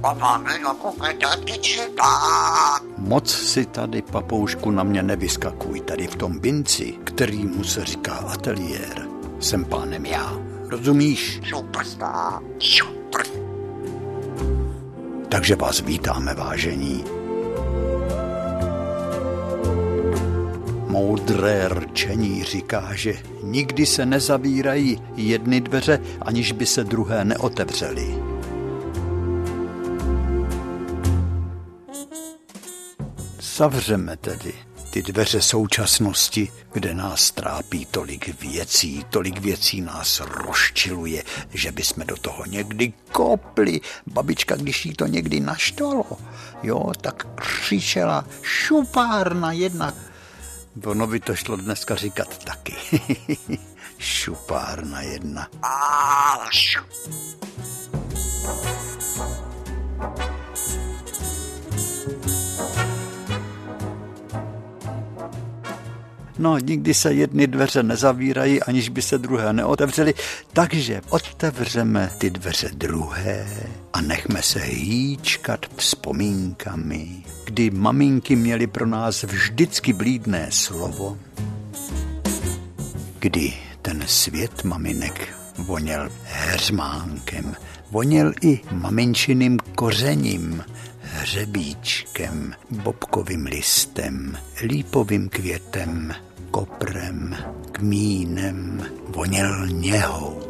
Moc si tady, papoušku, na mě nevyskakuj. Tady v tom binci, kterýmu se říká ateliér, jsem pánem já. Rozumíš? Super. Takže vás vítáme, vážení. Moudré rčení říká, že nikdy se nezavírají jedny dveře, aniž by se druhé neotevřely. Zavřeme tedy ty dveře současnosti, kde nás trápí tolik věcí nás rozčiluje, že bychom do toho někdy kopli. Babička, když jí to někdy naštvalo, tak křičela šupárna jedna. Ono by to šlo dneska říkat taky. Šupárna jedna. No, nikdy se jedny dveře nezavírají, aniž by se druhé neotevřely, takže otevřeme ty dveře druhé a nechme se hýčkat vzpomínkami, kdy maminky měly pro nás vždycky vlídné slovo, kdy ten svět maminek voněl heřmánkem, voněl i maminčiným kořením, hřebíčkem, bobkovým listem, lípovým květem, koprem, kmínem, voněl něhou.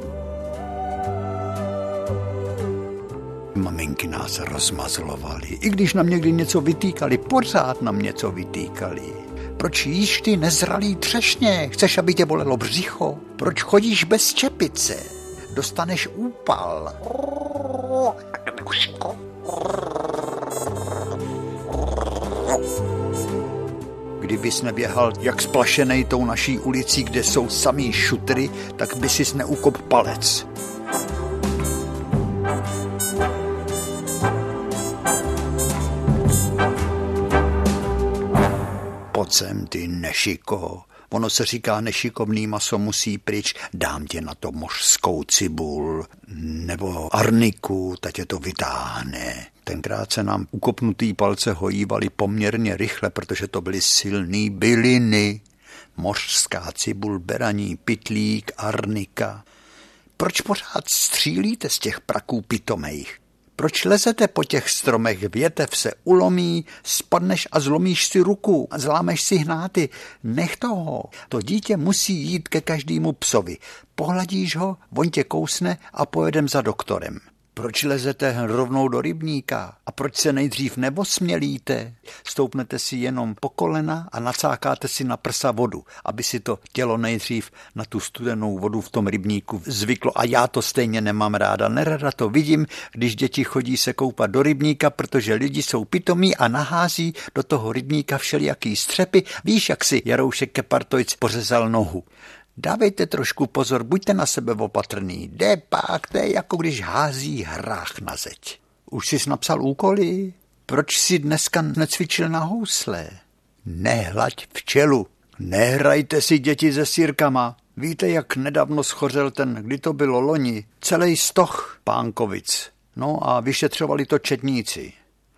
Maminky nás rozmazlovaly, i když nám někdy něco vytýkali, pořád nám něco vytýkali. Proč jíš ty nezralý třešně? Chceš, aby tě bolelo břicho? Proč chodíš bez čepice? Dostaneš úpal. Kdybys neběhal jak splašenej tou naší ulicí, kde jsou samý šutry, tak by sis neukop palec. Pojď sem, ty nešiko. Ono se říká, nešikovný maso musí pryč, dám tě na to mořskou cibul nebo arniku, ta tě to vytáhne. Tenkrát se nám ukopnutý palce hojívaly poměrně rychle, protože to byly silný byliny. Mořská cibul, beraní, pytlík, arnika. Proč pořád střílíte z těch praků pitomejch? Proč lezete po těch stromech, větev se ulomí, spadneš a zlomíš si ruku a zlámeš si hnáty? Nech toho. To dítě musí jít ke každému psovi. Pohladíš ho, on tě kousne a pojedem za doktorem. Proč lezete rovnou do rybníka? A proč se nejdřív nevosmělíte? Stoupnete si jenom po kolena a nacákáte si na prsa vodu, aby si to tělo nejdřív na tu studenou vodu v tom rybníku zvyklo. A já to stejně nemám ráda. Nerada to vidím, když děti chodí se koupat do rybníka, protože lidi jsou pitomí a nahází do toho rybníka všelijaký střepy. Víš, jak si Jaroušek Kepartojc pořezal nohu. Dávejte trošku pozor, buďte na sebe opatrný. Jde pak, to je jako když hází hrách na zeď. Už jsi napsal úkoly? Proč jsi dneska necvičil na housle? Nehlaď včelu. Nehrajte si děti se sýrkama. Víte, jak nedávno schořel kdy to bylo loni, celý stoh Pánkovic. No a vyšetřovali to četníci.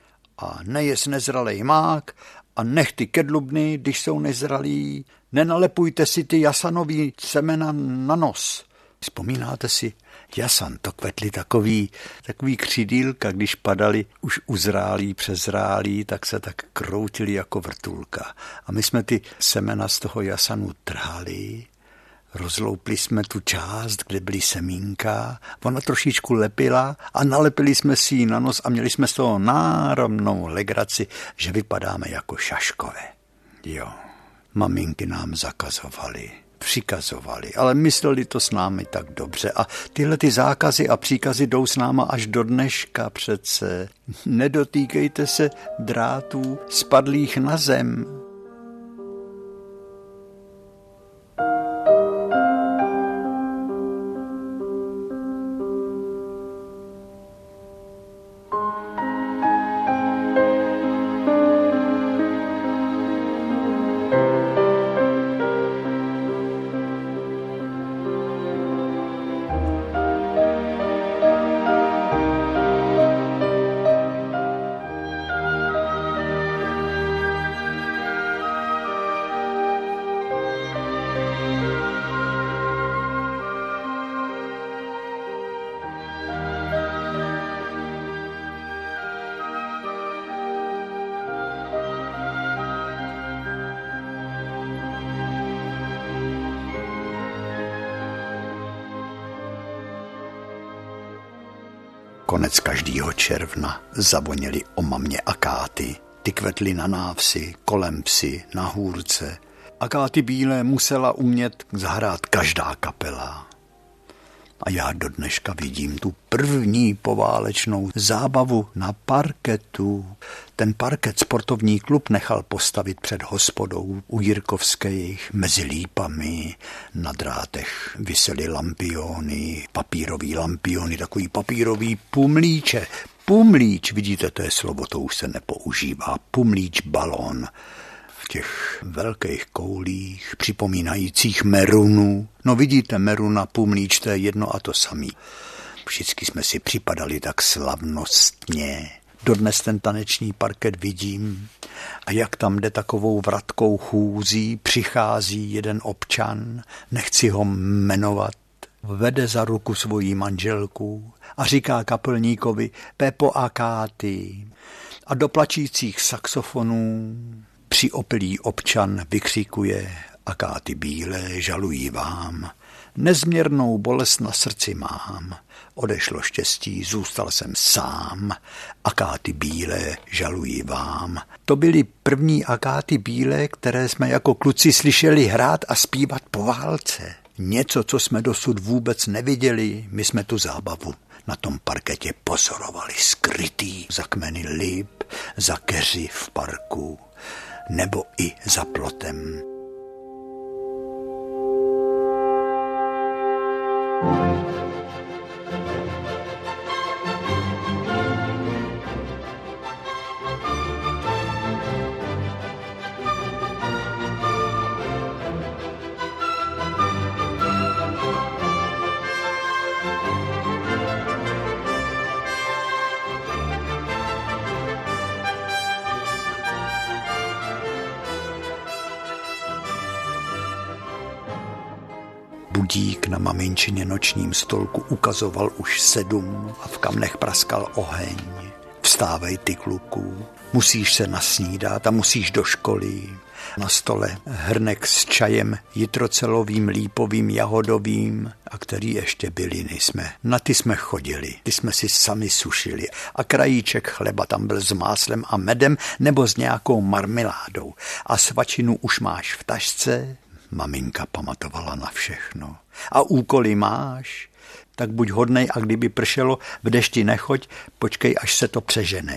A nejez nezralej mák a nech ty kedlubny, když jsou nezralí. Nenalepujte si ty jasanový semena na nos. Vzpomínáte si, jasan, to kvetly takový křidýlka, když padali už uzrálí, přezrálí, tak se tak kroutili jako vrtulka. A my jsme ty semena z toho jasanu trhali, rozloupli jsme tu část, kde byly semínka, ona trošičku lepila a nalepili jsme si ji na nos a měli jsme z toho náramnou legraci, že vypadáme jako šaškové. Jo. Maminky nám zakazovaly, přikazovaly, ale mysleli to s námi tak dobře. A tyhle ty zákazy a příkazy jdou s náma až do dneška přece. Nedotýkejte se drátů spadlých na zem. konec každýho června zavoněly omamě akáty. Ty kvetly na návsi, kolem vsi, na hůrce. Akáty bílé musela umět zahrát každá kapela. A já do dneška vidím tu první poválečnou zábavu na parketu. Ten parket sportovní klub nechal postavit před hospodou u Jirkovských mezi lípami. Na drátech visely lampiony, papírový lampiony, takový papírový pumlíče. Pumlíč, vidíte, to je slovo, to už se nepoužívá. Pumlíč balón. V těch velkých koulích, připomínajících merunu. No vidíte, meruna, pumlíč, to je jedno a to samý. Všichni jsme si připadali tak slavnostně. Dodnes ten taneční parket vidím a jak tam jde takovou vratkou chůzí, přichází jeden občan, nechci ho jmenovat, vede za ruku svoji manželku a říká kapelníkovi Pepo akáty. A do plačících saxofonů přiopilý občan vykřikuje akáty bílé, žalují vám, nezměrnou bolest na srdci mám, odešlo štěstí, zůstal jsem sám, akáty bílé, žalují vám. To byly první akáty bílé, které jsme jako kluci slyšeli hrát a zpívat po válce. Něco, co jsme dosud vůbec neviděli, my jsme tu zábavu na tom parketě pozorovali skrytý za kmeny lip, za keři v parku nebo i za plotem. Budík na maminčině nočním stolku ukazoval už 7 a v kamnech praskal oheň. Vstávej ty, kluku, musíš se nasnídat a musíš do školy. Na stole hrnek s čajem jitrocelovým, lípovým, jahodovým a který ještě byliny jsme. Na ty jsme chodili, ty jsme si sami sušili a krajíček chleba tam byl s máslem a medem nebo s nějakou marmeládou. A svačinu už máš v tašce. Maminka pamatovala na všechno. A úkoly máš, tak buď hodnej a kdyby pršelo, v dešti nechoď, počkej, až se to přežene.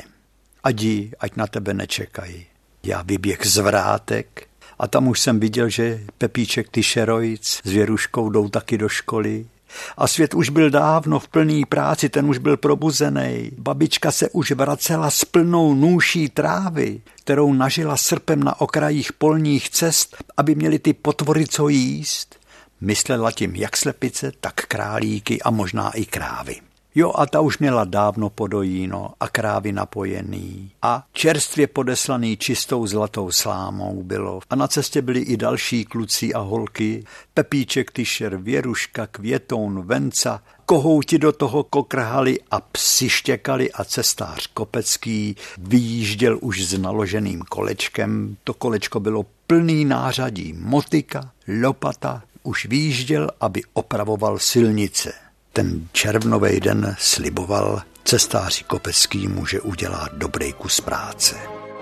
Ať na tebe nečekají. Já vyběh z vrátek a tam už jsem viděl, že Pepíček Tyšerojc s Věruškou jdou taky do školy. A svět už byl dávno v plný práci, ten už byl probuzený. Babička se už vracela s plnou nůší trávy, kterou nažila srpem na okrajích polních cest, aby měli ty potvory co jíst. Myslela tím jak slepice, tak králíky a možná i krávy. Jo, a ta už měla dávno podojíno a krávy napojený a čerstvě podeslaný čistou zlatou slámou bylo. A na cestě byli i další kluci a holky, Pepíček Tyšer, Věruška, Květoun, Venca, kohouti do toho kokrhali a psi štěkali a cestář Kopecký vyjížděl už s naloženým kolečkem. To kolečko bylo plný nářadí, motyka, lopata, už vyjížděl, aby opravoval silnice. Ten červnový den sliboval cestáři Kopeckýmu, že udělá dobrý kus práce.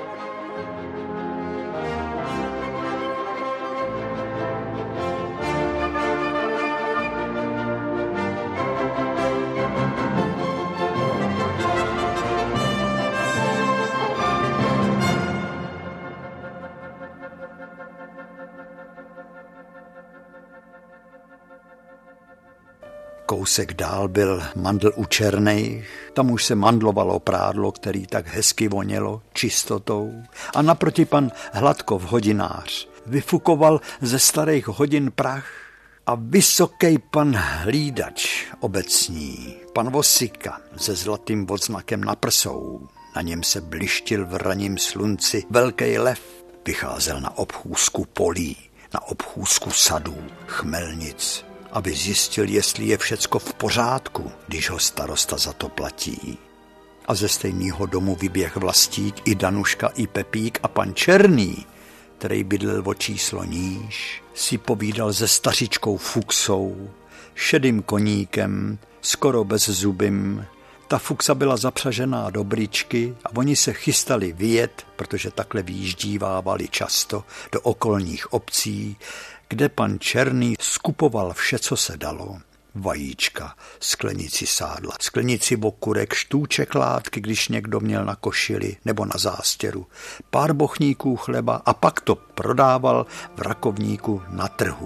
Kousek dál byl mandl u Černých, tam už se mandlovalo prádlo, který tak hezky vonělo čistotou. A naproti pan Hladkov hodinář vyfukoval ze starých hodin prach a vysoký pan hlídač obecní, pan Vosika se zlatým odznakem na prsou. Na něm se blištil v raním slunci velký lev, vycházel na obchůzku polí, na obchůzku sadů, chmelnic, aby zjistil, jestli je všecko v pořádku, když ho starosta za to platí. A ze stejného domu vyběh Vlastík i Danuška i Pepík a pan Černý, který bydlel o číslo níž, si povídal se stařičkou Fuksou, šedým koníkem, skoro bezzubým, Ta fuksa byla zapřažená do bryczky a oni se chystali vyjet, protože takhle vyjíždívávali často do okolních obcí, kde pan Černý skupoval vše, co se dalo. Vajíčka, sklenici sádla, sklenici okurek, štůček látky, když někdo měl na košili nebo na zástěru, pár bochníků chleba a pak to prodával v rakovníku na trhu.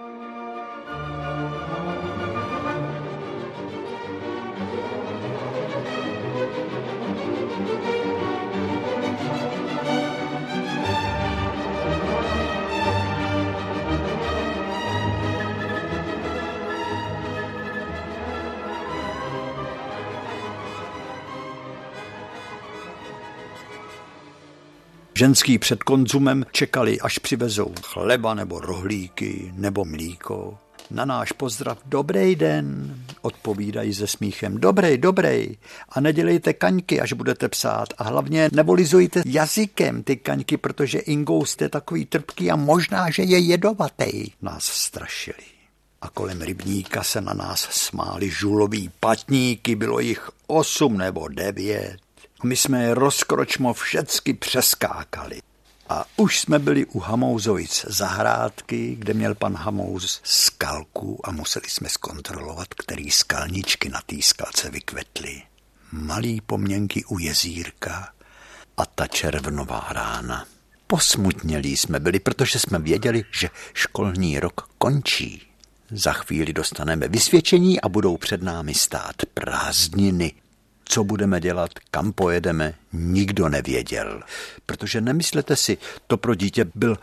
Ženský před konzumem čekali, až přivezou chleba nebo rohlíky nebo mlíko. Na náš pozdrav dobrý den, odpovídají se smíchem. Dobrý. A nedělejte kaňky, až budete psát. A hlavně nevolizujte jazykem ty kaňky, protože Ingou jste takový trpký a možná, že je jedovatý. Nás strašili. A kolem rybníka se na nás smáli žuloví patníky, bylo jich 8 nebo 9. My jsme je rozkročmo všecky přeskákali. A už jsme byli u Hamouzovic zahrádky, kde měl pan Hamouz skalku a museli jsme zkontrolovat, který skalničky na té skalce vykvetly. Malý poměnky u jezírka a ta červnová rána. Posmutnělí jsme byli, protože jsme věděli, že školní rok končí. Za chvíli dostaneme vysvědčení a budou před námi stát prázdniny. Co budeme dělat, kam pojedeme, nikdo nevěděl. Protože nemyslete si, to pro dítě byl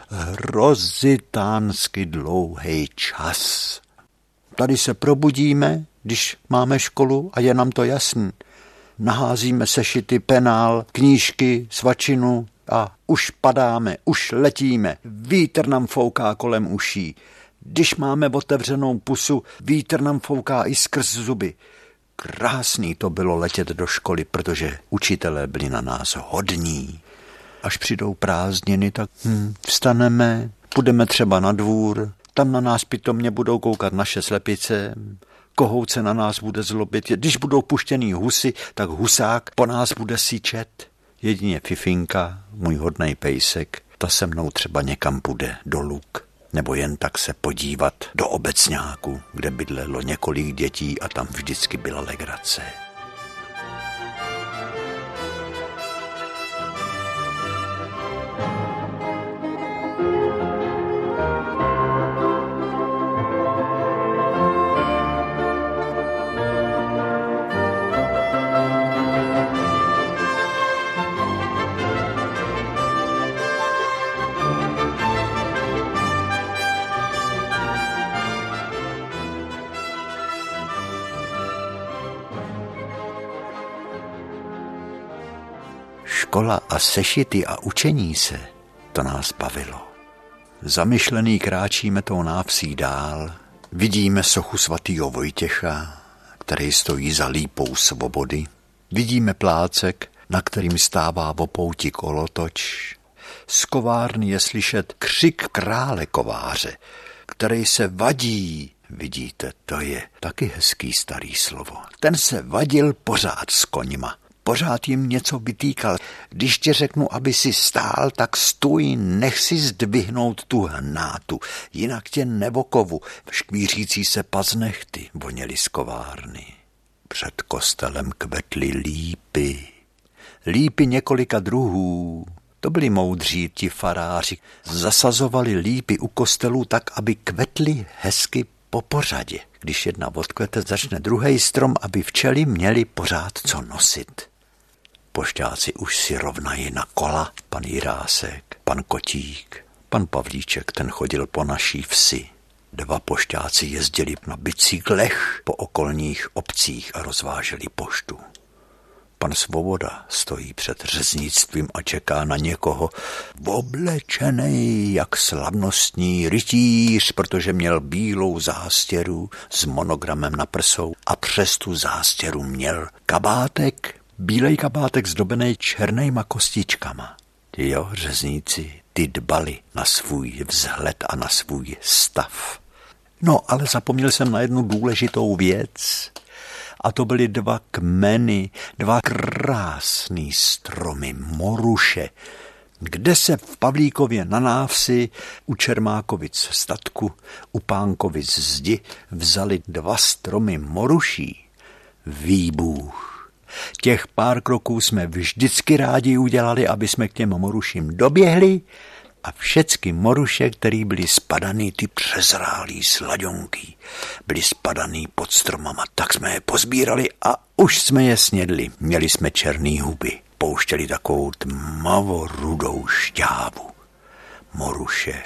hrozitánsky dlouhý čas. Tady se probudíme, když máme školu a je nám to jasný. Naházíme sešity, penál, knížky, svačinu a už padáme, už letíme. Vítr nám fouká kolem uší. Když máme otevřenou pusu, vítr nám fouká i skrz zuby. Krásný to bylo letět do školy, protože učitelé byli na nás hodní. Až přijdou prázdniny, tak vstaneme, půjdeme třeba na dvůr, tam na nás pitomně budou koukat naše slepice, kohout se na nás bude zlobit. Když budou puštěný husy, tak husák po nás bude syčet. Jedině Fifinka, můj hodnej pejsek, ta se mnou třeba někam půjde do luk. Nebo jen tak se podívat do obecňáku, kde bydlelo několik dětí a tam vždycky byla legrace. Škola a sešity a učení se, to nás bavilo. Zamyšlený kráčíme tou návsí dál, vidíme sochu svatýho Vojtěcha, který stojí za lípou svobody. Vidíme plácek, na kterým stává v pouti kolotoč. Z kovárny je slyšet křik krále kováře, který se vadí. Vidíte, to je taky hezký starý slovo. Ten se vadil pořád s koňma. Pořád jim něco vytýkal. Když ti řeknu, aby si stál, tak stůj, nech si zdvihnout tu hnátu, jinak tě nevokovu. Škvířící se paznechty voněly z kovárny. Před kostelem kvetly lípy. Lípy několika druhů. To byli moudří ti faráři. Zasazovali lípy u kostelů tak, aby kvetly hezky po pořadě. Když jedna odkvete, začne druhý strom, aby včely měli pořád co nosit. Pošťáci už si rovnají na kola, pan Jirásek, pan Kotík, pan Pavlíček, ten chodil po naší vsi. 2 pošťáci jezdili na bicyklech po okolních obcích a rozváželi poštu. Pan Svoboda stojí před řeznictvím a čeká na někoho oblečenej jak slavnostní rytíř, protože měl bílou zástěru s monogramem na prsou a přes tu zástěru měl kabátek, bílej kabátek zdobený černýma kostičkama. Jo, řezníci, ty dbali na svůj vzhled a na svůj stav. No, ale zapomněl jsem na jednu důležitou věc. A to byly 2 kmeny, 2 krásný stromy moruše, kde se v Pavlíkově na návsi u Čermákovic statku, u Pánkovic zdi vzali 2 stromy moruší. Výbuch. Těch pár kroků jsme vždycky rádi udělali, aby jsme k těm moruším doběhli a všecky moruše, který byly spadaný, ty přezrálý slaďonky, byly spadaný pod stromama, tak jsme je pozbírali a už jsme je snědli. Měli jsme černý huby, pouštěli takovou tmavorudou šťávu. Moruše.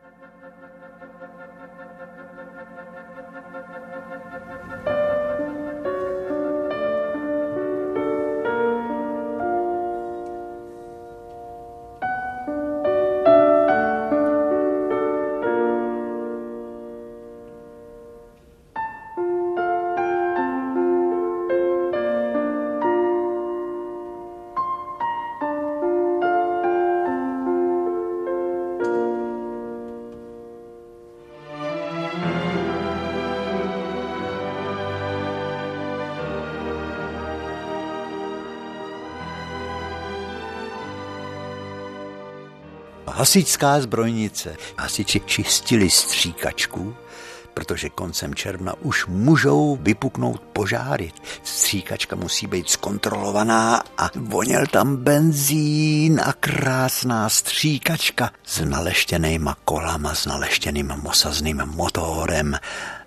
Hasičská zbrojnice. Hasiči čistili stříkačku, protože koncem června už můžou vypuknout požáry. Stříkačka musí být zkontrolovaná a voněl tam benzín a krásná stříkačka s naleštěnýma kolama, s naleštěným mosazným motorem,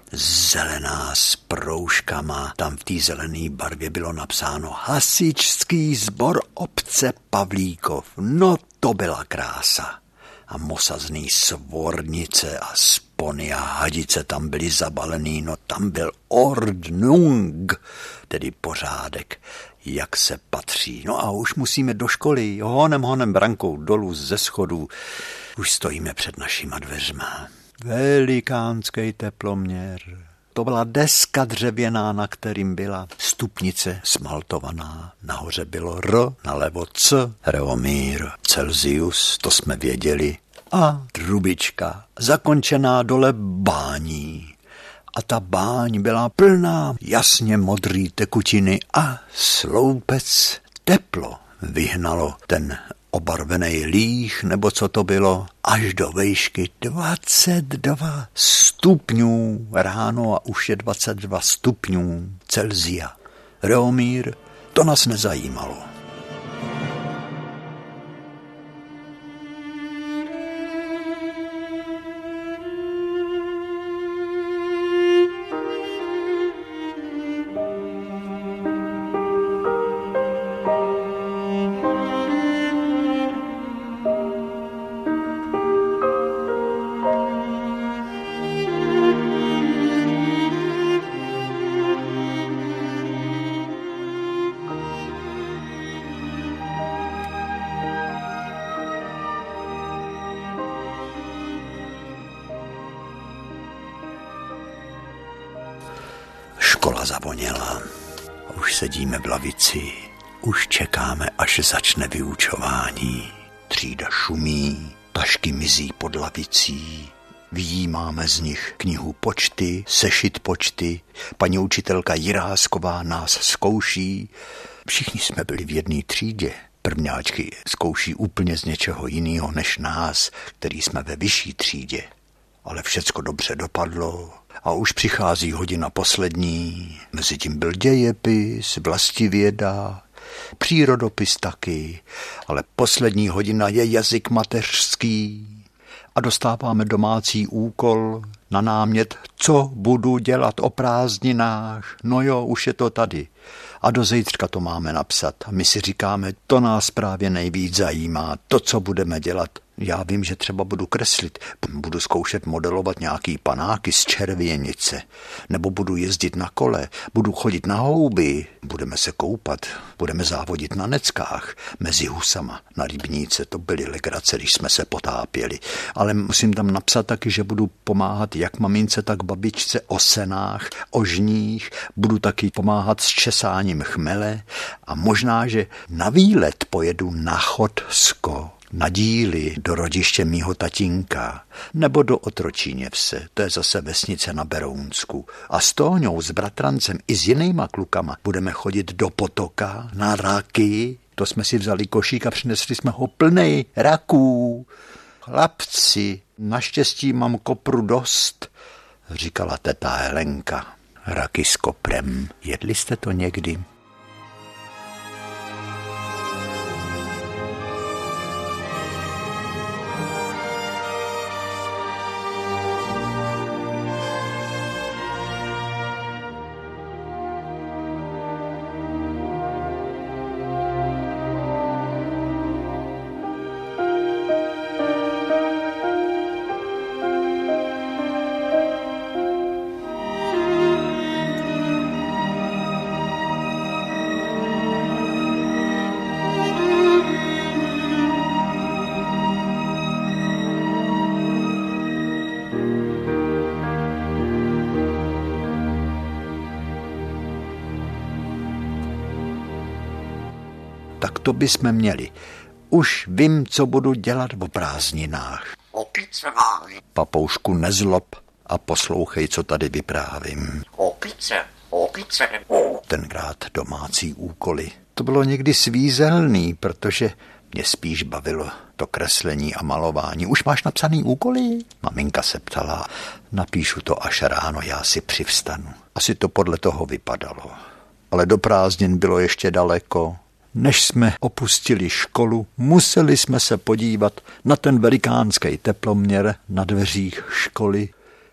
zelená s proužkama. Tam v té zelené barvě bylo napsáno Hasičský sbor obce Pavlíkov. No to byla krása. A mosazný svornice a spony a hadice tam byly zabalený, no tam byl Ordnung, tedy pořádek, jak se patří. No a už musíme do školy, honem brankou dolů ze schodů. Už stojíme před našima dveřma. Velikánský teploměr. To byla deska dřevěná, na kterým byla stupnice smaltovaná. Nahoře bylo R, nalevo C, Reomír, Celsius, to jsme věděli. A trubička, zakončená dole bání. A ta báň byla plná jasně modrý tekutiny a sloupec teplo vyhnalo ten obarvený líh, nebo co to bylo, až do výšky 22 stupňů ráno a už je 22 stupňů Celsia. Reomír, to nás nezajímalo. Škola zavoněla, už sedíme v lavici, už čekáme, až začne vyučování. Třída šumí, tašky mizí pod lavicí, vyjímáme z nich knihu počty, sešit počty, paní učitelka Jirásková nás zkouší. Všichni jsme byli v jedné třídě. Prvňáčky zkouší úplně z něčeho jiného než nás, který jsme ve vyšší třídě. Ale všecko dobře dopadlo. A už přichází hodina poslední, mezitím byl dějepis, vlastivěda, přírodopis taky, ale poslední hodina je jazyk mateřský a dostáváme domácí úkol na námět, co budu dělat o prázdninách. No jo, už je to tady. A do zítřka to máme napsat. A my si říkáme, to nás právě nejvíc zajímá, to, co budeme dělat. Já vím, že třeba budu kreslit, budu zkoušet modelovat nějaký panáky z červěnice, nebo budu jezdit na kole, budu chodit na houby, budeme se koupat, budeme závodit na neckách, mezi husama, na rybníce, to byly legrace, když jsme se potápěli. Ale musím tam napsat taky, že budu pomáhat jak mamince, tak babičce o senách, o žních, budu taky pomáhat s česáním chmele a možná, že na výlet pojedu na Chodsko. na díly do rodiště mýho tatínka, nebo do Otročíněvse, to je zase vesnice na Berounsku. A s Tóňou, s bratrancem i s jinýma klukama budeme chodit do Potoka na raky. To jsme si vzali košík a přinesli jsme ho plnej raků. Chlapci, naštěstí mám kopru dost, říkala teta Helenka. Raky s koprem, jedli jste to někdy? Tak to bychom měli. Už vím, co budu dělat o prázdninách. Opice. Papoušku, nezlob a poslouchej, co tady vyprávím. Opice. Tenkrát domácí úkoly. To bylo někdy svízelný, protože mě spíš bavilo to kreslení a malování. Už máš napsaný úkoly? Maminka se ptala. Napíšu to až ráno, já si přivstanu. Asi to podle toho vypadalo. Ale do prázdnin bylo ještě daleko. Než jsme opustili školu, museli jsme se podívat na ten velikánský teploměr na dveřích školy.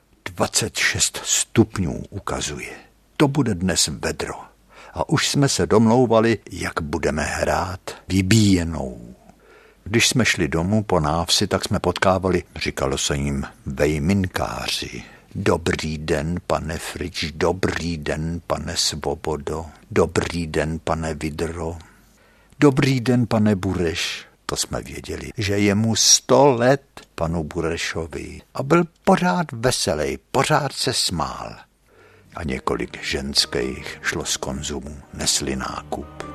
26 stupňů ukazuje. To bude dnes vedro. A už jsme se domlouvali, jak budeme hrát vybíjenou. Když jsme šli domů po návsi, tak jsme potkávali, říkalo se jim, vejminkáři. Dobrý den, pane Frič, dobrý den, pane Svobodo, dobrý den, pane Vidro. Dobrý den, pane Bureš. To jsme věděli, že je mu 100 let, panu Burešovi. A byl pořád veselý, pořád se smál. A několik ženských šlo z konzumu, nesli nákup.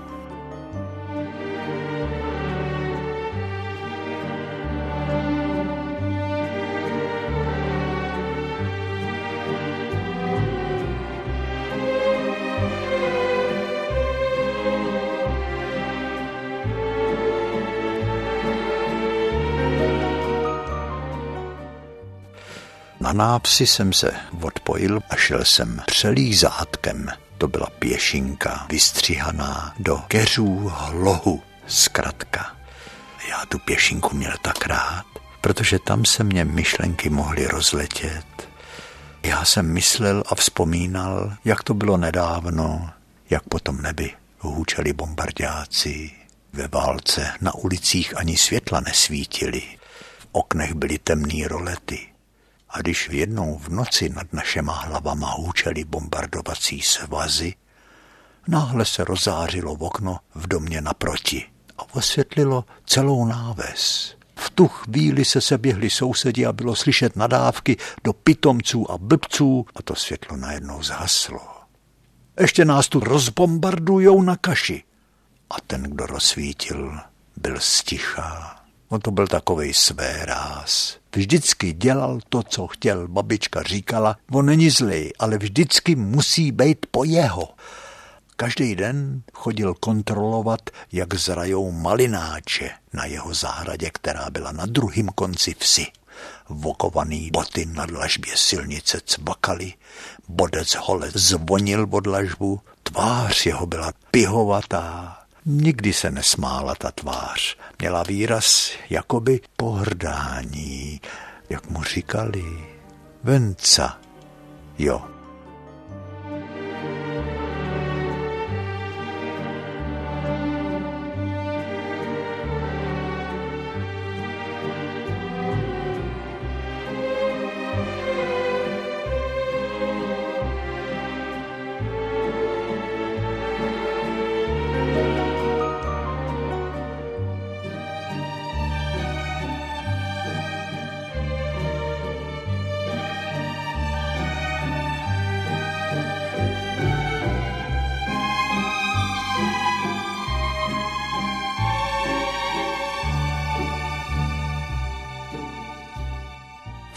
Na návsi jsem se odpojil a šel jsem přelízátkem. To byla pěšinka vystřihaná do keřů hlohu, zkratka. Já tu pěšinku měl tak rád, protože tam se mě myšlenky mohly rozletět. Já jsem myslel a vzpomínal, jak to bylo nedávno, jak po tom nebi hůčeli bombardáci. Ve válce na ulicích ani světla nesvítily. V oknech byly temné rolety. A když jednou v noci nad našema hlavama hůčely bombardovací svazy, náhle se rozářilo okno v domě naproti a osvětlilo celou náves. V tu chvíli se seběhli sousedi a bylo slyšet nadávky do pitomců a blbců a to světlo najednou zhaslo. Ještě nás tu rozbombardujou na kaši. A ten, kdo rozsvítil, byl sticha. On to byl takovej svéráz. Vždycky dělal to, co chtěl. Babička říkala, on není zlej, ale vždycky musí být po jeho. Každý den chodil kontrolovat, jak zrajou malináče na jeho zahradě, která byla na druhém konci vsi. Vokovaný boty na dlažbě silnice cvakaly, bodec hole zvonil od dlažbu, tvář jeho byla pihovatá. Nikdy se nesmála ta tvář. Měla výraz jakoby pohrdání, jak mu říkali, venca, jo.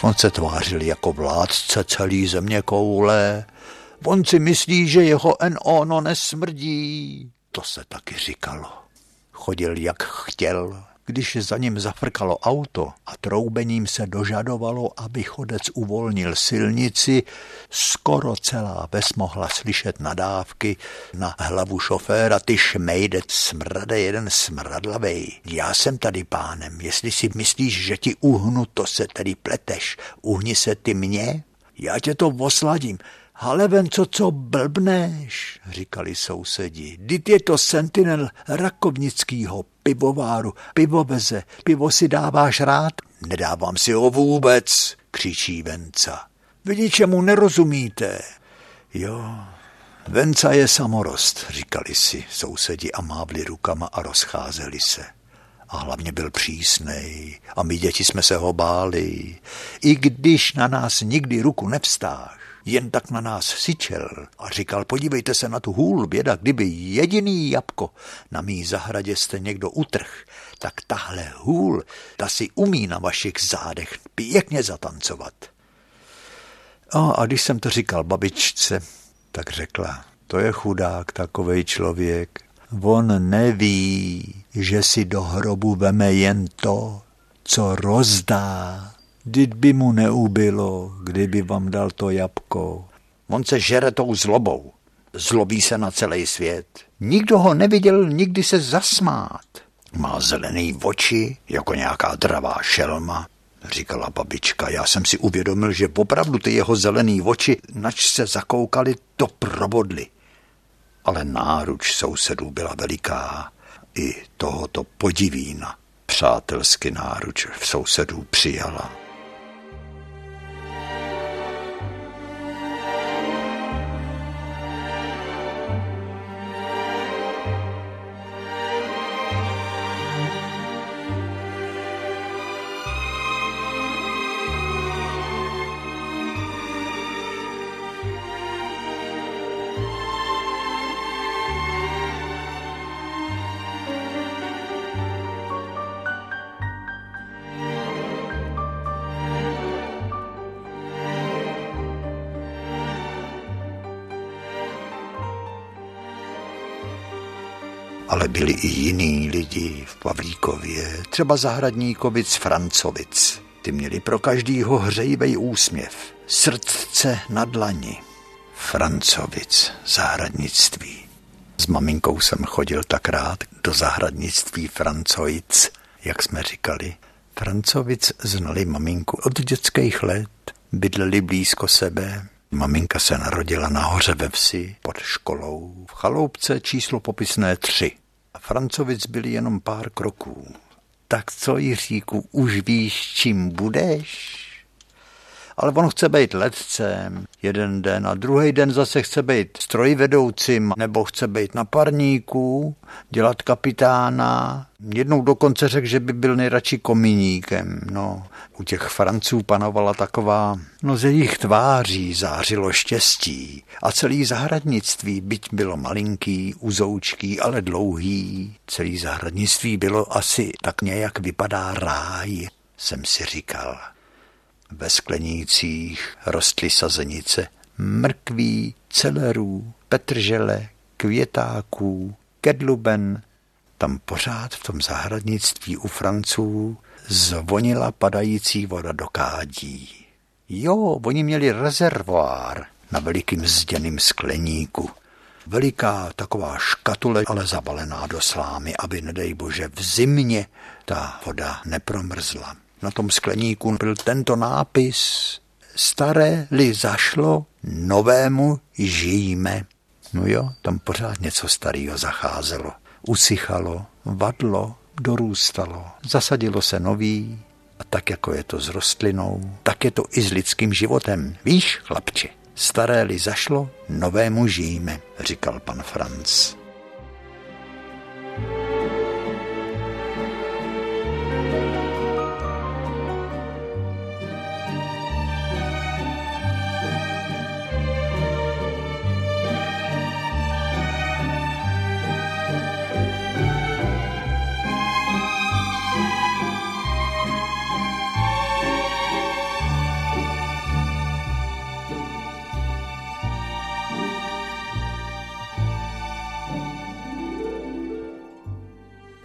On se tvářil jako vládce celý zeměkoule. On si myslí, že jeho ono nesmrdí. To se taky říkalo. Chodil jak chtěl. Když za ním zafrkalo auto a troubením se dožadovalo, aby chodec uvolnil silnici, skoro celá ves mohla slyšet nadávky na hlavu šoféra: ty šmejdec, smrade jeden smradlavej. Já jsem tady pánem, jestli si myslíš, že ti uhnu, to se tady pleteš. Uhni se ty mě, já tě to osladím. Haleven, co blbneš, říkali sousedi. Vždyť je to sentinel rakovnickýho pivováru, pivoveze, pivo si dáváš rád? Nedávám si ho vůbec, křičí Venca. Vy ničemu nerozumíte. Jo, Venca je samorost, říkali si sousedi a mávli rukama a rozcházeli se. A hlavně byl přísnej a my děti jsme se ho báli. I když na nás nikdy ruku nevstáhl, jen tak na nás syčel a říkal: podívejte se na tu hůl, běda, kdyby jediný jabko na mý zahradě jste někdo utrh, tak tahle hůl, ta si umí na vašich zádech pěkně zatancovat. A když jsem to říkal babičce, tak řekla: to je chudák takovej člověk, on neví, že si do hrobu veme jen to, co rozdá. Vždyť by mu neubylo, kdyby vám dal to jabko. On se žere tou zlobou. Zlobí se na celý svět. Nikdo ho neviděl nikdy se zasmát. Má zelený oči, jako nějaká dravá šelma, říkala babička. Já jsem si uvědomil, že opravdu ty jeho zelený oči, nač se zakoukali, to probodly. Ale náruč sousedů byla veliká. I tohoto podivína přátelsky náruč v sousedů přijala. Ale byli i jiní lidi v Pavlíkově, třeba zahradníkovic Francovic. Ty měli pro každýho hřejivej úsměv, srdce na dlani. Francovic, zahradnictví. S maminkou jsem chodil tak rád do zahradnictví Francovic, jak jsme říkali. Francovic znali maminku od dětských let, bydleli blízko sebe. Maminka se narodila nahoře ve vsi pod školou v chaloupce číslo popisné 3. A Francovic byli jenom pár kroků. Tak co, Jiříku, už víš, čím budeš? Ale on chce být letcem jeden den a druhý den zase chce být strojvedoucím nebo chce být na parníku, dělat kapitána. Jednou dokonce řekl, že by byl nejradši kominíkem. No, u těch Franců panovala taková, z jejich tváří zářilo štěstí a celý zahradnictví, byť bylo malinký, uzoučký, ale dlouhý, celý zahradnictví bylo asi tak nějak vypadá ráj, jsem si říkal. Ve sklenících rostly sazenice mrkví, celerů, petržele, květáků, kedluben. Tam pořád v tom zahradnictví u Franců zvonila padající voda do kádí. Jo, oni měli rezervoár na velikým zděným skleníku. Veliká taková škatule, ale zabalená do slámy, aby, nedej bože, v zimě ta voda nepromrzla. Na tom skleníku byl tento nápis: staré-li zašlo, novému žijíme. No jo, tam pořád něco starého zacházelo. Usychalo, vadlo, dorůstalo, zasadilo se nový. A tak, jako je to s rostlinou, tak je to i s lidským životem. Víš, chlapče, staré-li zašlo, novému žijíme, říkal pan Franc.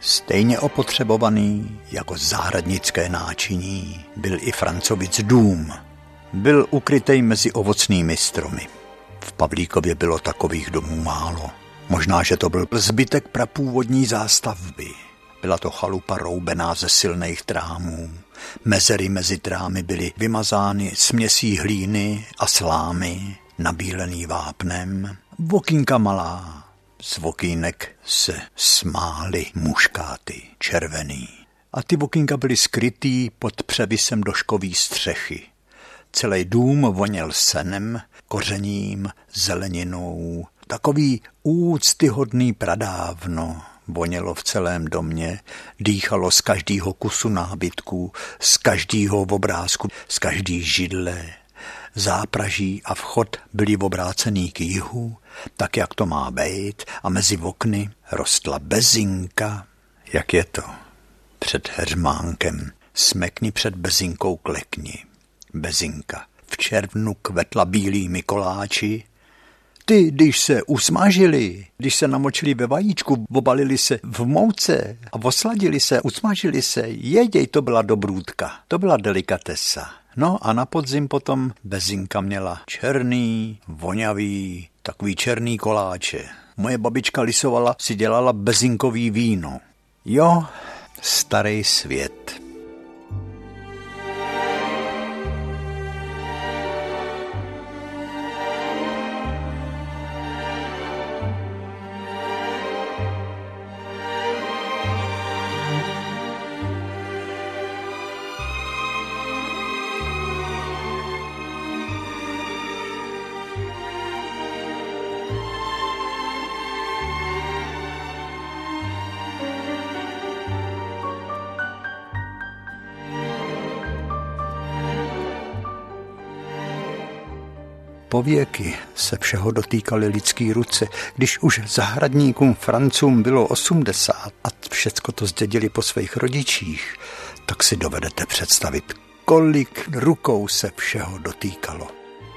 Stejně opotřebovaný jako zahradnické náčiní byl i Francovic dům. Byl ukrytej mezi ovocnými stromy. V Pavlíkově bylo takových domů málo. Možná, že to byl zbytek prapůvodní zástavby. Byla to chalupa roubená ze silných trámů. Mezery mezi trámy byly vymazány směsí hlíny a slámy, nabílený vápnem. Vokínka malá. Z vokínek se smály muškáty, červený. A ty vokínka byly skrytý pod převisem doškový střechy. Celý dům voněl senem, kořením, zeleninou. Takový úctyhodný pradávno vonělo v celém domě, dýchalo z každého kusu nábytku, z každého obrázku, z každý židle. Zápraží a vchod byly obrácený k jihu, tak jak to má být, a mezi okny rostla bezinka. Jak je to? Před heřmánkem smekni před bezinkou klekni. Bezinka v červnu kvetla bílými koláči. Ty, když se usmažili, když se namočili ve vajíčku, obalili se v mouce a osladili se, usmažili se, jeděj, to byla dobrůdka, to byla delikatesa. No a na podzim potom bezinka měla černý, vonavý, takový černý koláče. Moje babička lisovala, si dělala bezinkový víno. Jo, starý svět. Pověky se všeho dotýkaly lidský ruce, když už zahradníkům Francům bylo 80 a všecko to zdědili po svých rodičích, tak si dovedete představit, kolik rukou se všeho dotýkalo.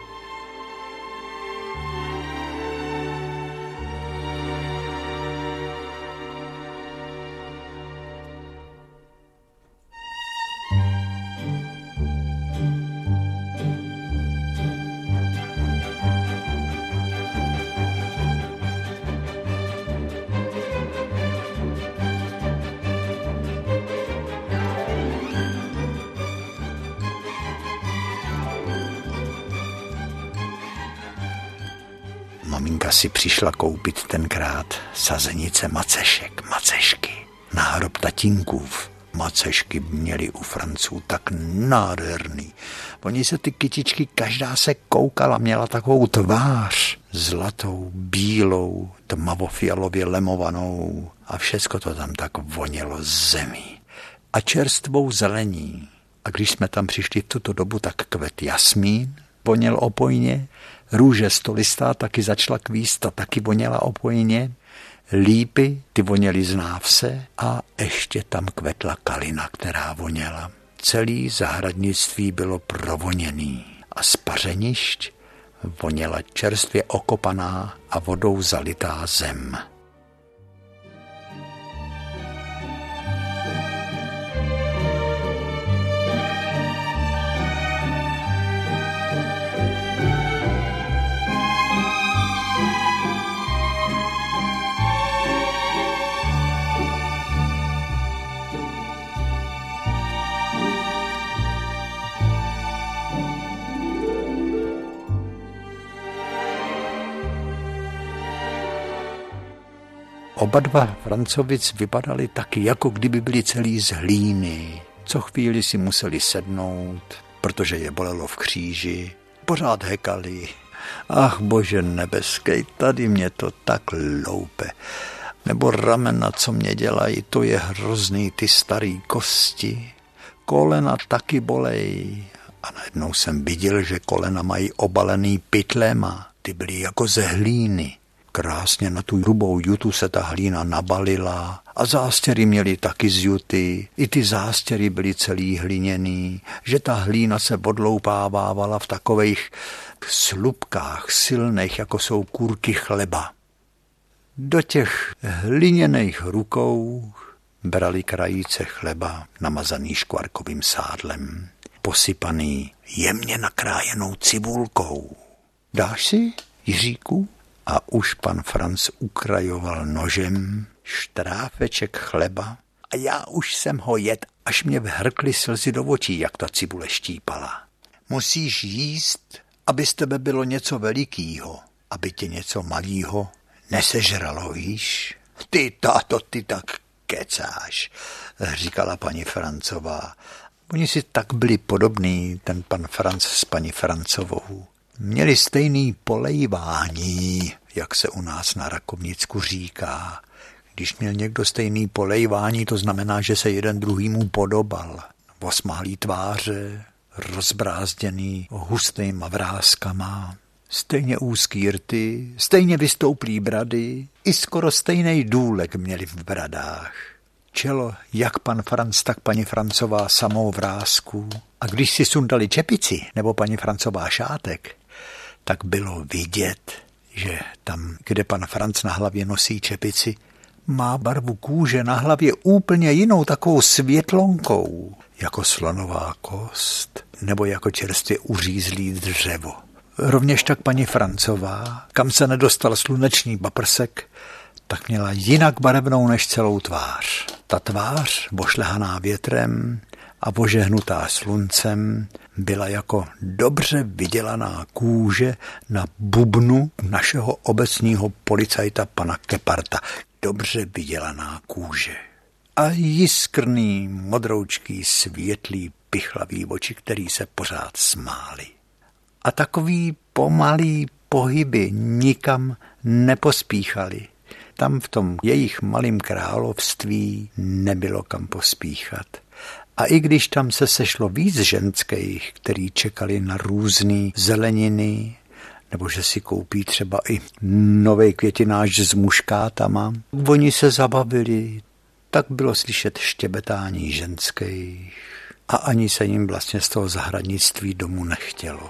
Maminka si přišla koupit tenkrát sazenice macešky na hrob tatínkův. Macešky měli u Franců tak nádherný. Oni se ty kytičky, každá se koukala, měla takovou tvář zlatou, bílou, tmavofialově lemovanou a všecko to tam tak vonělo zemí a čerstvou zelení. A když jsme tam přišli v tuto dobu, tak kvet jasmín voněl opojně, růže stolistá taky začala kvíst a taky voněla opojně, lípy, ty voněly z návse a ještě tam kvetla kalina, která voněla. Celý zahradnictví bylo provoněný a z pařenišť voněla čerstvě okopaná a vodou zalitá zem. Oba dva Francovic vypadali taky, jako kdyby byli celý z hlíny. Co chvíli si museli sednout, protože je bolelo v kříži. Pořád hekali. Ach, Bože nebeský, tady mě to tak loupe. Nebo ramena, co mě dělají, to je hrozný, ty starý kosti. Kolena taky bolej. A najednou jsem viděl, že kolena mají obalený pytlema. Ty byly jako ze hlíny. Krásně na tu hrubou jutu se ta hlína nabalila a zástěry měly taky z juty. I ty zástěry byly celý hliněný, že ta hlína se odloupávávala v takových slupkách silných, jako jsou kůrky chleba. Do těch hliněných rukou brali krajíce chleba namazaný škvarkovým sádlem, posypaný jemně nakrájenou cibulkou. Dáš si, Jiříku? A už pan Franc ukrajoval nožem štráfeček chleba a já už jsem ho jet, až mě vhrkly slzy do očí, jak ta cibule štípala. Musíš jíst, aby z tebe bylo něco velikýho, aby tě něco malýho nesežralo, víš? Ty, táto, ty tak kecáš, říkala paní Francová. Oni si tak byli podobní, ten pan Franc s paní Francovou. Měli stejný polejvání, jak se u nás na Rakovnicku říká. Když měl někdo stejný polejvání, to znamená, že se jeden druhýmu podobal. Osmálý tváře, rozbrázděný hustýma vrázkama, stejně úzký rty, stejně vystouplý brady, i skoro stejný důlek měli v bradách. Čelo, jak pan Franc, tak paní Francová samou vrásku. A když si sundali čepici, nebo paní Francová šátek, tak bylo vidět, že tam, kde pan Franc na hlavě nosí čepici, má barvu kůže na hlavě úplně jinou, takovou světlonkou, jako slonová kost, nebo jako čerstvě uřízlý dřevo. Rovněž tak paní Francová, kam se nedostal slunečný paprsek, tak měla jinak barevnou než celou tvář. Ta tvář, bošlehaná větrem a ožehnutá sluncem, byla jako dobře vydělaná kůže na bubnu našeho obecního policajta pana Keparta. Dobře vydělaná kůže. A jiskrný, modroučký, světlý, pichlavý oči, který se pořád smály. A takový pomalý pohyby nikam nepospíchali. Tam v tom jejich malým království nebylo kam pospíchat. A i když tam se sešlo víc ženských, který čekali na různý zeleniny, nebo že si koupí třeba i nový květináč s muškátama, oni se zabavili, tak bylo slyšet štěbetání ženských a ani se jim vlastně z toho zahradnictví domů nechtělo.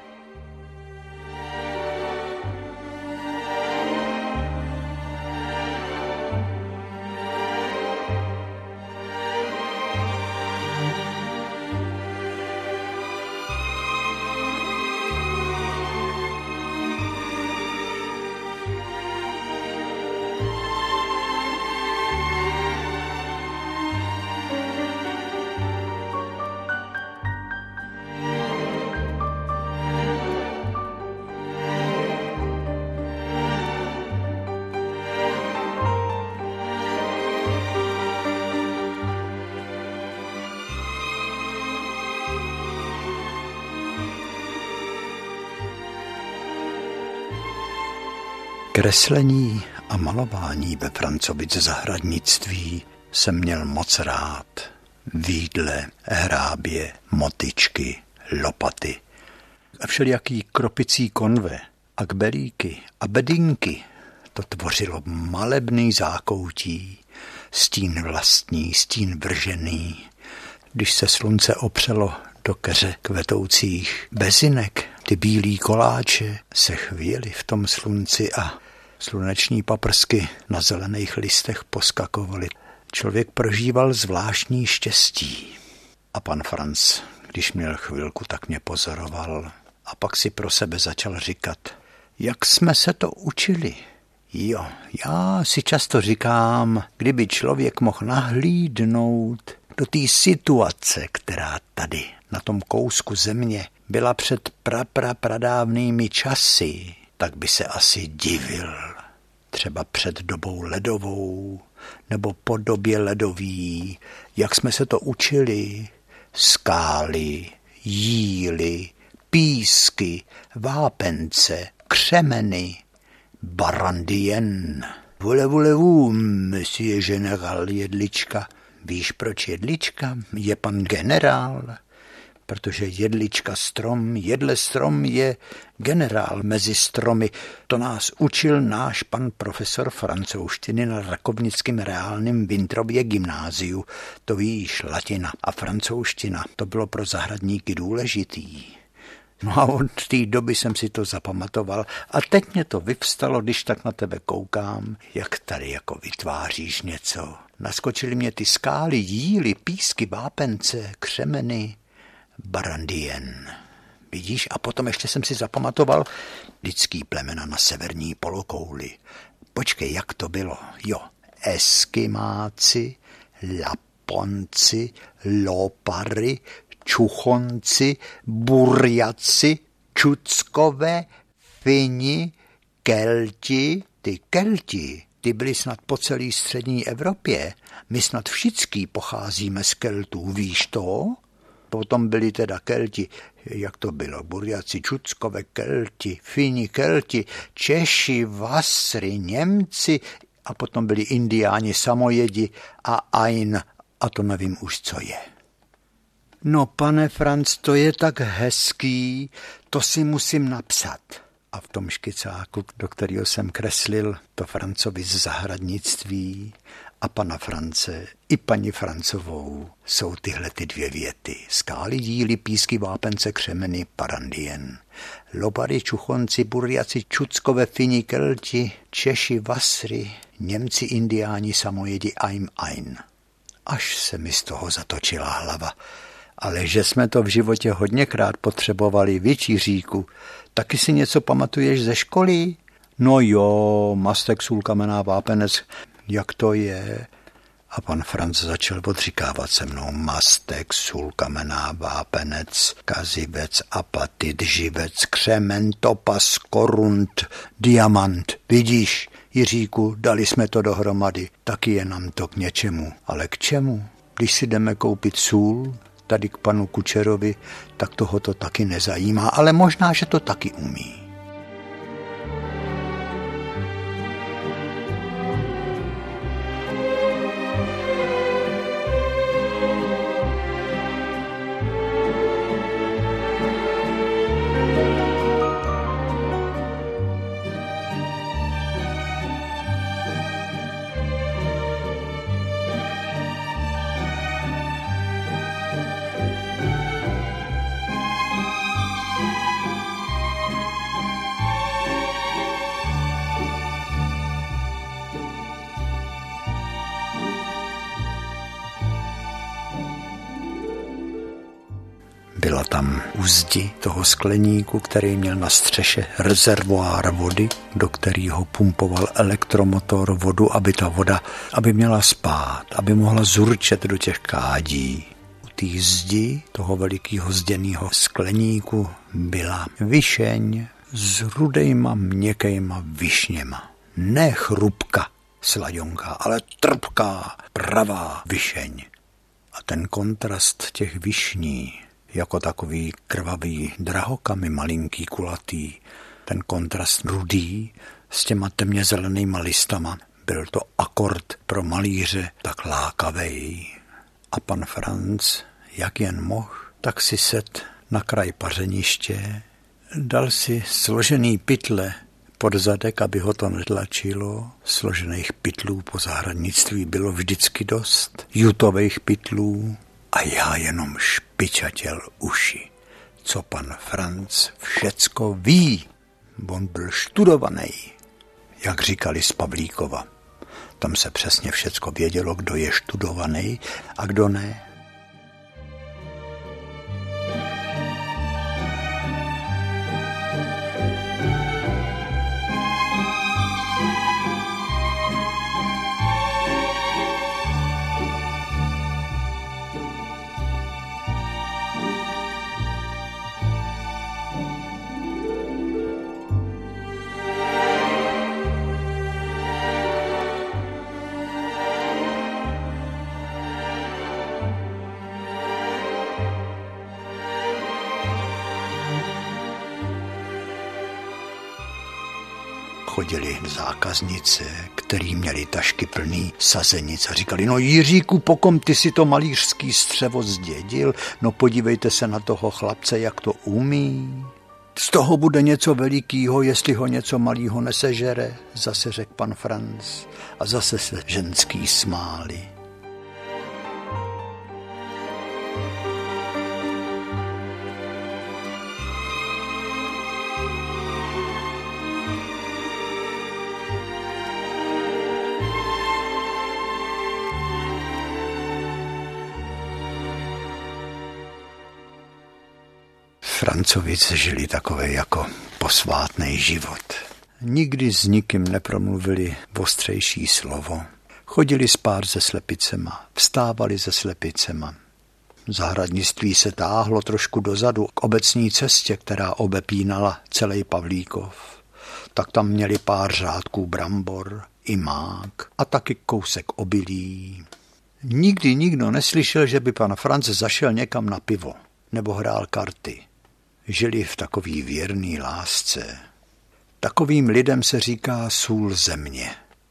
Kreslení a malování ve Francovic zahradnictví jsem měl moc rád. Vídle, hrábě, motyčky, lopaty a všelijaký kropicí konve a kbelíky a bedinky. To tvořilo malebný zákoutí, stín vlastní, stín vržený. Když se slunce opřelo do keře kvetoucích bezinek, ty bílý koláče se chvěly v tom slunci a sluneční paprsky na zelených listech poskakovaly. Člověk prožíval zvláštní štěstí. A pan Franc, když měl chvilku, tak mě pozoroval a pak si pro sebe začal říkat, jak jsme se to učili. Jo, já si často říkám, kdyby člověk mohl nahlídnout do té situace, která tady na tom kousku země byla před pradávnými časy, tak by se asi divil. Třeba před dobou ledovou nebo po době ledový, jak jsme se to učili. Skály, jíly, písky, vápence, křemeny, barandien. Voulez-vous, monsieur generál Jedlička. Víš, proč Jedlička? Je pan generál. Protože jedlička strom, jedle strom je generál mezi stromy. To nás učil náš pan profesor francouzštiny na Rakovnickém reálném Vintrově gymnáziu. To víš, latina a francouzština, to bylo pro zahradníky důležitý. No a od té doby jsem si to zapamatoval a teď mě to vyvstalo, když tak na tebe koukám, jak tady jako vytváříš něco. Naskočily mě ty skály, jíly, písky, vápence, křemeny, barandien. Vidíš? A potom ještě jsem si zapamatoval lidský plemena na severní polokouli. Počkej, jak to bylo? Jo, Eskimáci, Laponci, Lopary, Čuchonci, Burjaci, Čuckové, Fini, Kelti. Ty Kelti, ty byli snad po celé střední Evropě. My snad všichni pocházíme z Keltů, víš to? Potom byli teda Kelti, jak to bylo, Burjaci, Čuckové, Kelti, Fini, Kelti, Češi, Vasry, Němci a potom byli Indiáni, Samojedi a Ain a to nevím už, co je. No, pane Franc, to je tak hezký, to si musím napsat. A v tom škicáku, do kterého jsem kreslil to Francovi z zahradnictví a pana France i paní Francovou, jsou tyhle ty dvě věty. Skály, díly, písky, vápence, křemeny, barandien. Lopary, Čuchonci, Burjaci, Čuckové, Fini, Kelti, Češi, Vasry, Němci, Indiáni, Samojedi, Ain. Až se mi z toho zatočila hlava. Ale že jsme to v životě hodněkrát potřebovali, víš, Jiříku, taky si něco pamatuješ ze školy? No jo, mastek, sůl, kamená, vápenec, jak to je? A pan Franc začal odříkávat se mnou mastek, sůl, kamená, vápenec, kazivec, apatit, živec, křemen, topas, korunt, diamant. Vidíš, Jiříku, dali jsme to dohromady, taky je nám to k něčemu. Ale k čemu? Když si jdeme koupit sůl, tady k panu Kučerovi, tak toho to taky nezajímá, ale možná, že to taky umí. Byla tam u zdi toho skleníku, který měl na střeše rezervoár vody, do kterého pumpoval elektromotor vodu, aby ta voda, aby měla spát, aby mohla zurčet do těch kádí. U té zdi toho velikého zděného skleníku byla višeň s rudejma měkkejma višněma. Ne chrupka, sladionka, ale trpká, pravá višeň. A ten kontrast těch višní, jako takový krvavý drahokamy, malinký, kulatý, ten kontrast rudý s těma temně zelenýma listama, byl to akord pro malíře tak lákavej. A pan Franc, jak jen mohl, tak si set na kraj pařeniště, dal si složený pytle pod zadek, aby ho to netlačilo. Složených pytlů po zahradnictví bylo vždycky dost, jutových pytlů, a já jenom špičatěl uši, co pan Franc všecko ví. On byl študovaný, jak říkali z Pavlíkova. Tam se přesně všecko vědělo, kdo je študovaný a kdo ne. Chodili zákaznice, který měli tašky plný sazenic a říkali, no Jiříku, pokom ty si to malířský střevo zdědil, no podívejte se na toho chlapce, jak to umí. Z toho bude něco velikýho, jestli ho něco malýho nesežere, zase řekl pan Franc a zase se ženský smáli. Francovic žili takové jako posvátný život. Nikdy s nikým nepromluvili ostřejší slovo. Chodili spát se slepicema, vstávali se slepicema. Zahradnictví se táhlo trošku dozadu k obecní cestě, která obepínala celý Pavlíkov. Tak tam měli pár řádků brambor, i mák a taky kousek obilí. Nikdy nikdo neslyšel, že by pan Franc zašel někam na pivo nebo hrál karty. Žili v takový věrný lásce. Takovým lidem se říká sůl země.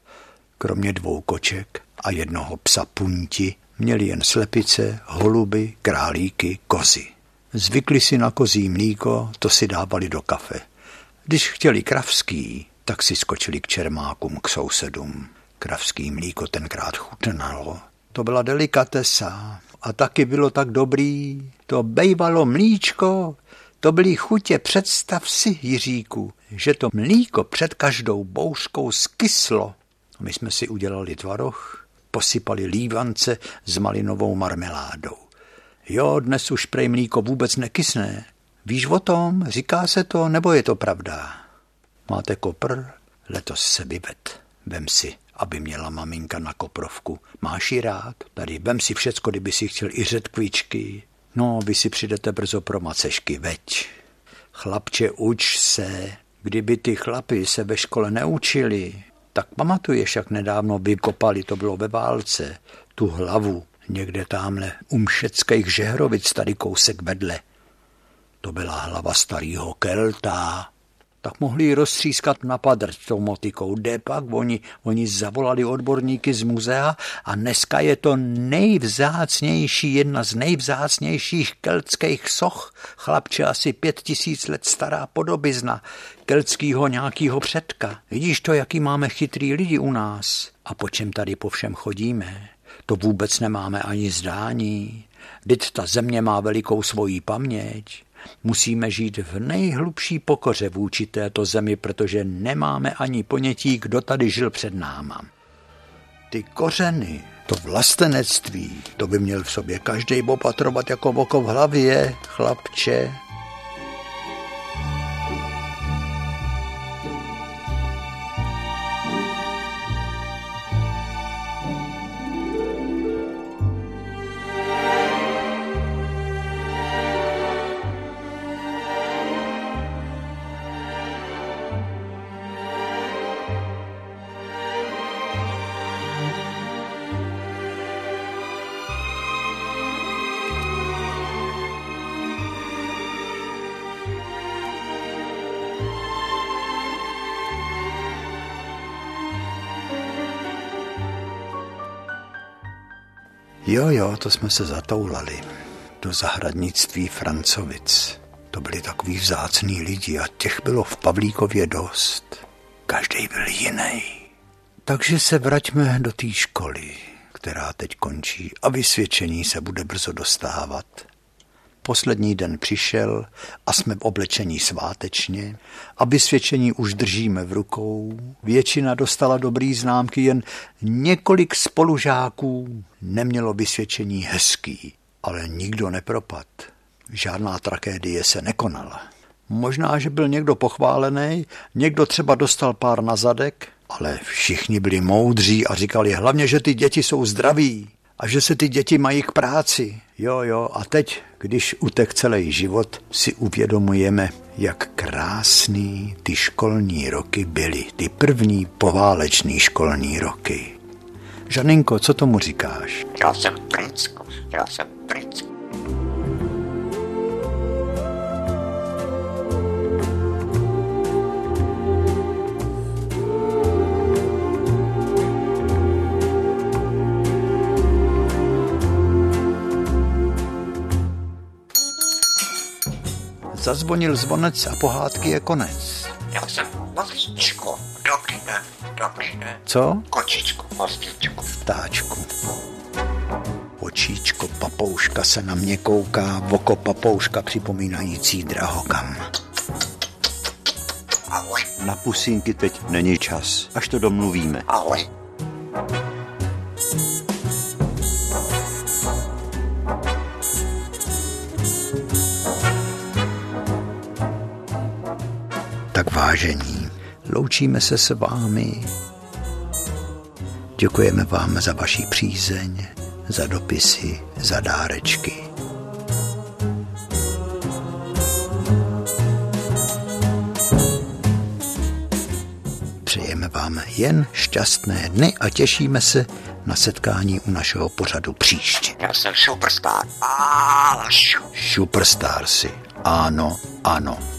Kromě 2 koček a 1 psa Punti měli jen slepice, holuby, králíky, kozy. Zvykli si na kozí mlíko, to si dávali do kafe. Když chtěli kravský, tak si skočili k čermákům, k sousedům. Kravský mlíko tenkrát chutnalo. To byla delikatesa a taky bylo tak dobrý. To bejvalo mlíčko, to byly chutě. Představ si, Jiříku, že to mlíko před každou bouřkou skyslo. My jsme si udělali tvaroh, posypali lívance s malinovou marmeládou. Jo, dnes už prej mlíko vůbec nekysne. Víš o tom? Říká se to, nebo je to pravda? Máte kopr? Letos se vyved. Vem si, aby měla maminka na koprovku. Máš ji rád? Tady vem si všecko, kdyby si chtěl i řetkvičky. No, vy si přijdete brzo pro macešky, veď. Chlapče, uč se. Kdyby ty chlapi se ve škole neučili, tak pamatuješ, jak nedávno vykopali, to bylo ve válce, tu hlavu někde tamhle u Mšeckých Žehrovic, tady kousek vedle. To byla hlava starýho Kelta. Tak mohli ji roztřískat na padrť tou motikou. Kde pak oni zavolali odborníky z muzea a dneska je to nejvzácnější, jedna z nejvzácnějších keltských soch. Chlapče, asi 5000 let stará podobizna keltskýho nějakýho předka. Vidíš to, jaký máme chytrý lidi u nás? A po čem tady po všem chodíme? To vůbec nemáme ani zdání. Vždyť ta země má velikou svoji paměť. Musíme žít v nejhlubší pokoře vůči této zemi, protože nemáme ani ponětí, kdo tady žil před náma. Ty kořeny, to vlastenectví, to by měl v sobě každej opatrovat jako oko v hlavě, chlapče. Jo, to jsme se zatoulali do zahradnictví Francovic. To byli takový vzácný lidi a těch bylo v Pavlíkově dost. Každej byl jiný. Takže se vraťme do té školy, která teď končí a vysvědčení se bude brzo dostávat. Poslední den přišel a jsme v oblečení svátečně a vysvědčení už držíme v rukou. Většina dostala dobrý známky, jen několik spolužáků nemělo vysvědčení hezký, ale nikdo nepropad. Žádná tragédie se nekonala. Možná, že byl někdo pochválený, někdo třeba dostal pár na zadek, ale všichni byli moudří a říkali hlavně, že ty děti jsou zdraví a že se ty děti mají k práci. Jo, a teď, když utek celý život, si uvědomujeme, jak krásný ty školní roky byly, ty první pováleční školní roky. Žaninko, co tomu říkáš? Já jsem princ. Zazvonil zvonec a pohádky je konec. Já jsem vozíčko. Dobrý den. Co? Kočičko, vozíčko. Ptáčku. Očíčko papouška se na mě kouká, oko papouška připomínající drahokam. Ahoj. Na pusínky teď není čas, až to domluvíme. Ahoj. Vážení, loučíme se s vámi. Děkujeme vám za vaši přízeň, za dopisy, za dárečky. Přejeme vám jen šťastné dny a těšíme se na setkání u našeho pořadu příště. Já jsem superstar. Superstar si. Ano, ano.